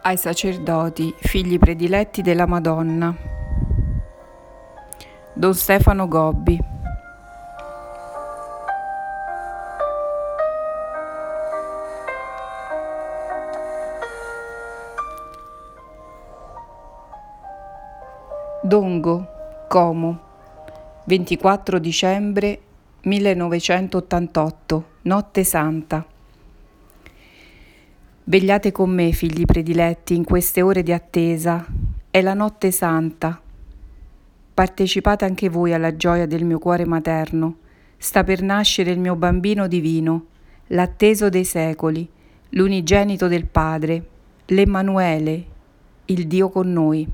ai sacerdoti, figli prediletti della Madonna. Don Stefano Gobbi. Dongo, Como, 24 dicembre 1988, notte santa. Vegliate con me, figli prediletti, in queste ore di attesa. È la notte santa. Partecipate anche voi alla gioia del mio cuore materno. Sta per nascere il mio bambino divino, l'atteso dei secoli, l'unigenito del Padre, l'Emmanuele, il Dio con noi.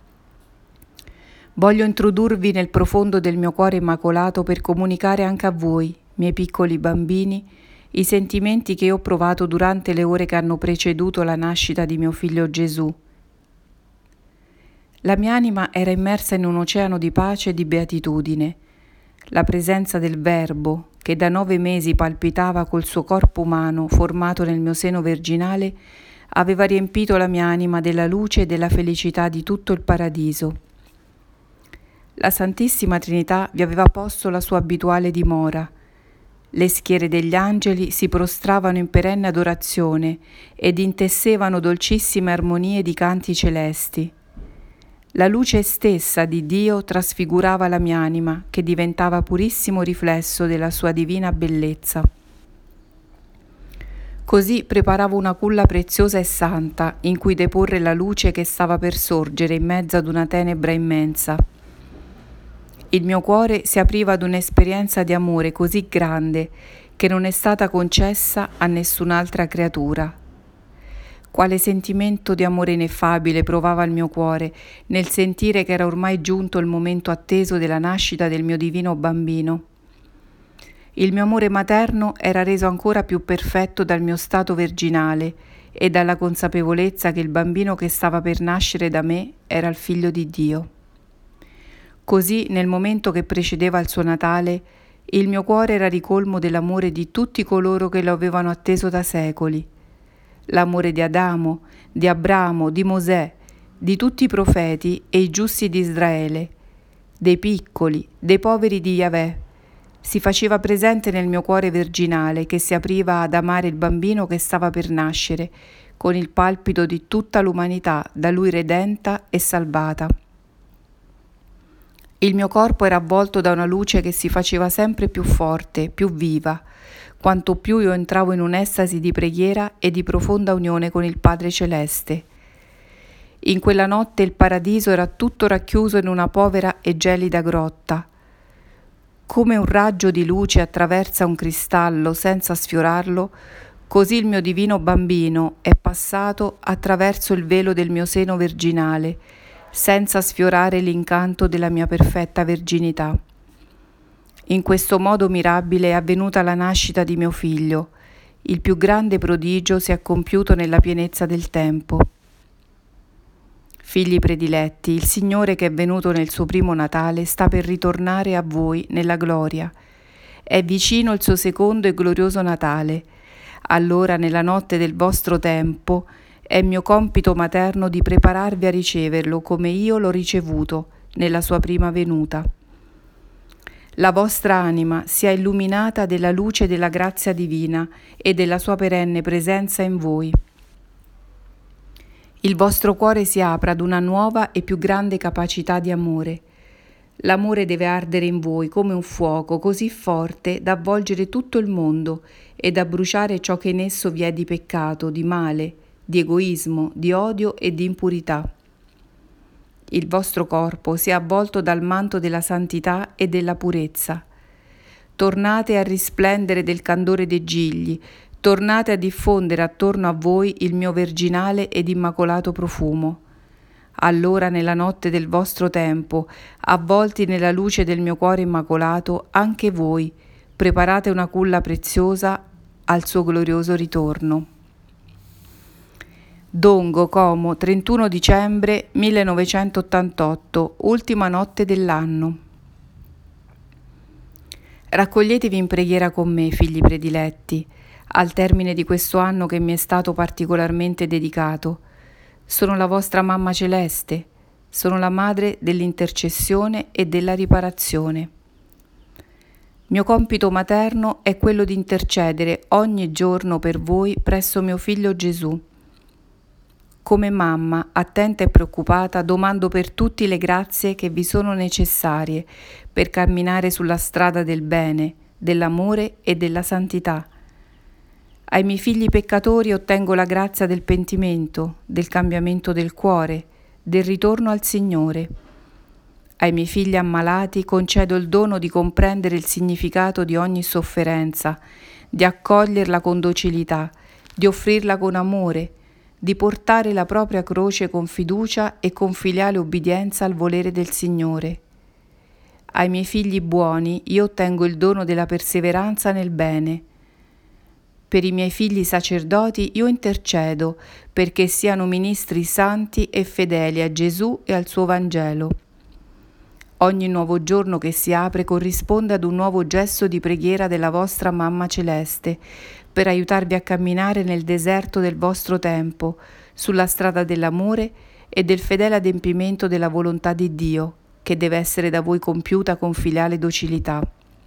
Voglio introdurvi nel profondo del mio cuore immacolato per comunicare anche a voi, miei piccoli bambini, i sentimenti che ho provato durante le ore che hanno preceduto la nascita di mio figlio Gesù. La mia anima era immersa in un oceano di pace e di beatitudine. La presenza del Verbo, che da 9 mesi palpitava col suo corpo umano formato nel mio seno virginale, aveva riempito la mia anima della luce e della felicità di tutto il paradiso. La Santissima Trinità vi aveva posto la sua abituale dimora. Le schiere degli angeli si prostravano in perenne adorazione ed intessevano dolcissime armonie di canti celesti. La luce stessa di Dio trasfigurava la mia anima, che diventava purissimo riflesso della sua divina bellezza. Così preparavo una culla preziosa e santa in cui deporre la luce che stava per sorgere in mezzo ad una tenebra immensa. Il mio cuore si apriva ad un'esperienza di amore così grande che non è stata concessa a nessun'altra creatura. Quale sentimento di amore ineffabile provava il mio cuore nel sentire che era ormai giunto il momento atteso della nascita del mio divino bambino. Il mio amore materno era reso ancora più perfetto dal mio stato virginale e dalla consapevolezza che il bambino che stava per nascere da me era il figlio di Dio. Così, nel momento che precedeva il suo Natale, il mio cuore era ricolmo dell'amore di tutti coloro che lo avevano atteso da secoli. L'amore di Adamo, di Abramo, di Mosè, di tutti i profeti e i giusti di Israele, dei piccoli, dei poveri di Yahweh, si faceva presente nel mio cuore virginale che si apriva ad amare il bambino che stava per nascere, con il palpito di tutta l'umanità da lui redenta e salvata. Il mio corpo era avvolto da una luce che si faceva sempre più forte, più viva, quanto più io entravo in un'estasi di preghiera e di profonda unione con il Padre Celeste. In quella notte il paradiso era tutto racchiuso in una povera e gelida grotta. Come un raggio di luce attraversa un cristallo senza sfiorarlo, così il mio divino bambino è passato attraverso il velo del mio seno virginale, senza sfiorare l'incanto della mia perfetta verginità. In questo modo mirabile è avvenuta la nascita di mio figlio. Il più grande prodigio si è compiuto nella pienezza del tempo. Figli prediletti, il Signore che è venuto nel suo primo Natale sta per ritornare a voi nella gloria. È vicino il suo secondo e glorioso Natale. Allora, nella notte del vostro tempo, è mio compito materno di prepararvi a riceverlo come io l'ho ricevuto nella sua prima venuta. La vostra anima sia illuminata della luce della grazia divina e della sua perenne presenza in voi. Il vostro cuore si apra ad una nuova e più grande capacità di amore. L'amore deve ardere in voi come un fuoco così forte da avvolgere tutto il mondo e da bruciare ciò che in esso vi è di peccato, di male, di egoismo, di odio e di impurità. Il vostro corpo sia avvolto dal manto della santità e della purezza. Tornate a risplendere del candore dei gigli, tornate a diffondere attorno a voi il mio virginale ed immacolato profumo. Allora, nella notte del vostro tempo, avvolti nella luce del mio cuore immacolato, anche voi preparate una culla preziosa al suo glorioso ritorno. Dongo, Como, 31 dicembre 1988, ultima notte dell'anno. Raccoglietevi in preghiera con me, figli prediletti, al termine di questo anno che mi è stato particolarmente dedicato. Sono la vostra mamma celeste, sono la madre dell'intercessione e della riparazione. Mio compito materno è quello di intercedere ogni giorno per voi presso mio figlio Gesù. Come mamma, attenta e preoccupata, domando per tutti le grazie che vi sono necessarie per camminare sulla strada del bene, dell'amore e della santità. Ai miei figli peccatori ottengo la grazia del pentimento, del cambiamento del cuore, del ritorno al Signore. Ai miei figli ammalati concedo il dono di comprendere il significato di ogni sofferenza, di accoglierla con docilità, di offrirla con amore, di portare la propria croce con fiducia e con filiale obbedienza al volere del Signore. Ai miei figli buoni io ottengo il dono della perseveranza nel bene. Per i miei figli sacerdoti io intercedo perché siano ministri santi e fedeli a Gesù e al suo Vangelo. Ogni nuovo giorno che si apre corrisponde ad un nuovo gesto di preghiera della vostra Mamma Celeste, per aiutarvi a camminare nel deserto del vostro tempo, sulla strada dell'amore e del fedele adempimento della volontà di Dio, che deve essere da voi compiuta con filiale docilità.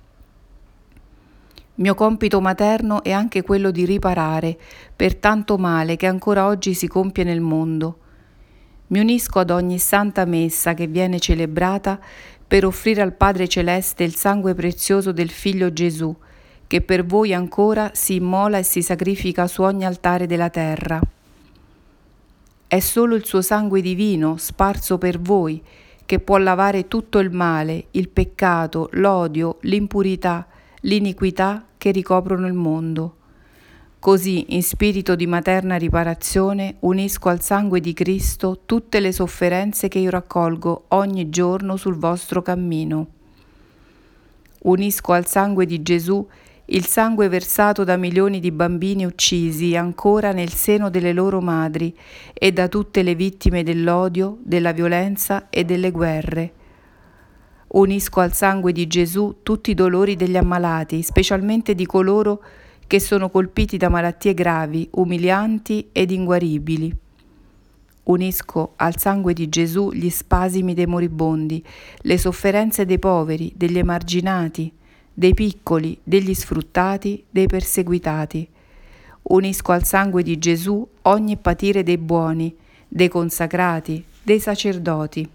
Mio compito materno è anche quello di riparare per tanto male che ancora oggi si compie nel mondo. Mi unisco ad ogni santa messa che viene celebrata per offrire al Padre Celeste il sangue prezioso del Figlio Gesù, che per voi ancora si immola e si sacrifica su ogni altare della terra. È solo il suo sangue divino, sparso per voi, che può lavare tutto il male, il peccato, l'odio, l'impurità, l'iniquità che ricoprono il mondo. Così, in spirito di materna riparazione, unisco al sangue di Cristo tutte le sofferenze che io raccolgo ogni giorno sul vostro cammino. Unisco al sangue di Gesù il sangue versato da milioni di bambini uccisi ancora nel seno delle loro madri e da tutte le vittime dell'odio, della violenza e delle guerre. Unisco al sangue di Gesù tutti i dolori degli ammalati, specialmente di coloro che sono colpiti da malattie gravi, umilianti ed inguaribili. Unisco al sangue di Gesù gli spasimi dei moribondi, le sofferenze dei poveri, degli emarginati, dei piccoli, degli sfruttati, dei perseguitati. Unisco al sangue di Gesù ogni patire dei buoni, dei consacrati, dei sacerdoti.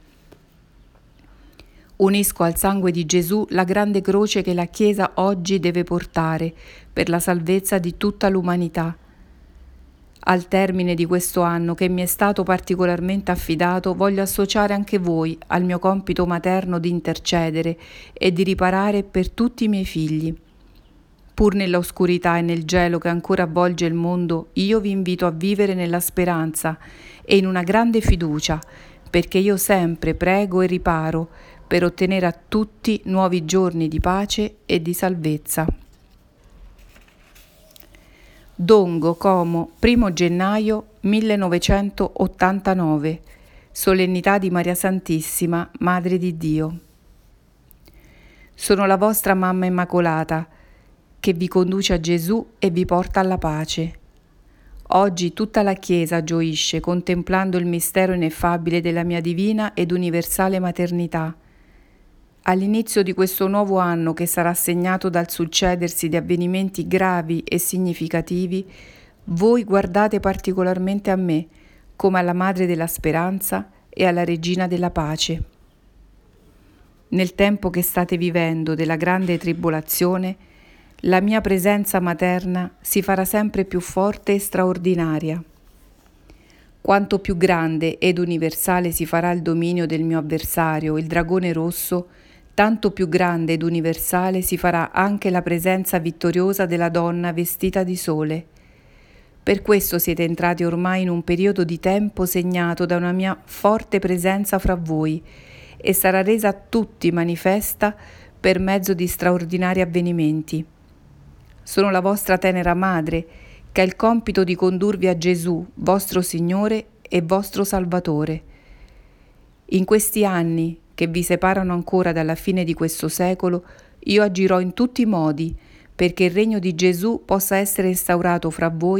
Unisco al sangue di Gesù la grande croce che la Chiesa oggi deve portare per la salvezza di tutta l'umanità. Al termine di questo anno che mi è stato particolarmente affidato, voglio associare anche voi al mio compito materno di intercedere e di riparare per tutti i miei figli. Pur nella oscurità e nel gelo che ancora avvolge il mondo, io vi invito a vivere nella speranza e in una grande fiducia, perché io sempre prego e riparo per ottenere a tutti nuovi giorni di pace e di salvezza. Dongo, Como, 1 gennaio 1989, solennità di Maria Santissima, Madre di Dio. Sono la vostra Mamma Immacolata, che vi conduce a Gesù e vi porta alla pace. Oggi tutta la Chiesa gioisce contemplando il mistero ineffabile della mia divina ed universale maternità. All'inizio di questo nuovo anno che sarà segnato dal succedersi di avvenimenti gravi e significativi, voi guardate particolarmente a me, come alla Madre della Speranza e alla Regina della Pace. Nel tempo che state vivendo della grande tribolazione, la mia presenza materna si farà sempre più forte e straordinaria. Quanto più grande ed universale si farà il dominio del mio avversario, il dragone rosso, tanto più grande ed universale si farà anche la presenza vittoriosa della donna vestita di sole. Per questo siete entrati ormai in un periodo di tempo segnato da una mia forte presenza fra voi e sarà resa a tutti manifesta per mezzo di straordinari avvenimenti. Sono la vostra tenera madre, che ha il compito di condurvi a Gesù, vostro Signore e vostro Salvatore. In questi anni che vi separano ancora dalla fine di questo secolo, io agirò in tutti i modi perché il regno di Gesù possa essere instaurato fra voi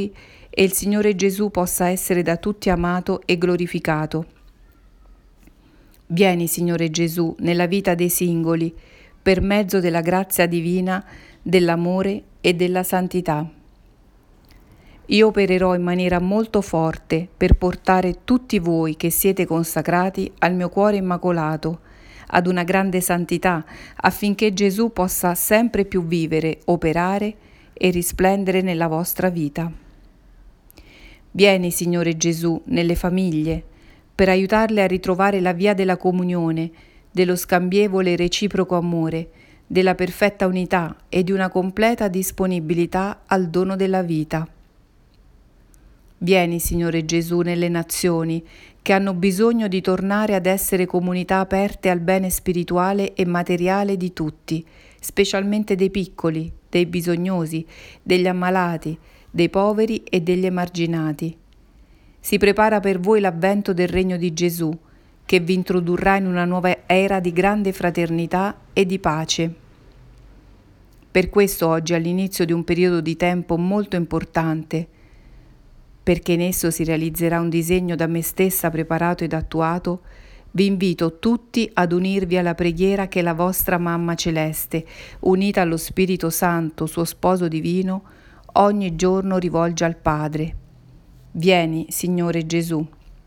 e il Signore Gesù possa essere da tutti amato e glorificato. Vieni, Signore Gesù, nella vita dei singoli, per mezzo della grazia divina, dell'amore e della santità. Io opererò in maniera molto forte per portare tutti voi che siete consacrati al mio cuore immacolato, ad una grande santità, affinché Gesù possa sempre più vivere, operare e risplendere nella vostra vita. Vieni, Signore Gesù, nelle famiglie, per aiutarle a ritrovare la via della comunione, dello scambievole e reciproco amore, della perfetta unità e di una completa disponibilità al dono della vita. Vieni, Signore Gesù, nelle nazioni che hanno bisogno di tornare ad essere comunità aperte al bene spirituale e materiale di tutti, specialmente dei piccoli, dei bisognosi, degli ammalati, dei poveri e degli emarginati. Si prepara per voi l'avvento del regno di Gesù, che vi introdurrà in una nuova era di grande fraternità e di pace. Per questo oggi, all'inizio di un periodo di tempo molto importante, perché in esso si realizzerà un disegno da me stessa preparato ed attuato, vi invito tutti ad unirvi alla preghiera che la vostra Mamma Celeste, unita allo Spirito Santo, suo sposo divino, ogni giorno rivolge al Padre. Vieni, Signore Gesù.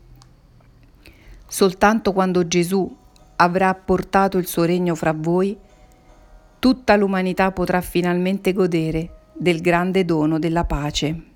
Soltanto quando Gesù avrà portato il suo regno fra voi, tutta l'umanità potrà finalmente godere del grande dono della pace.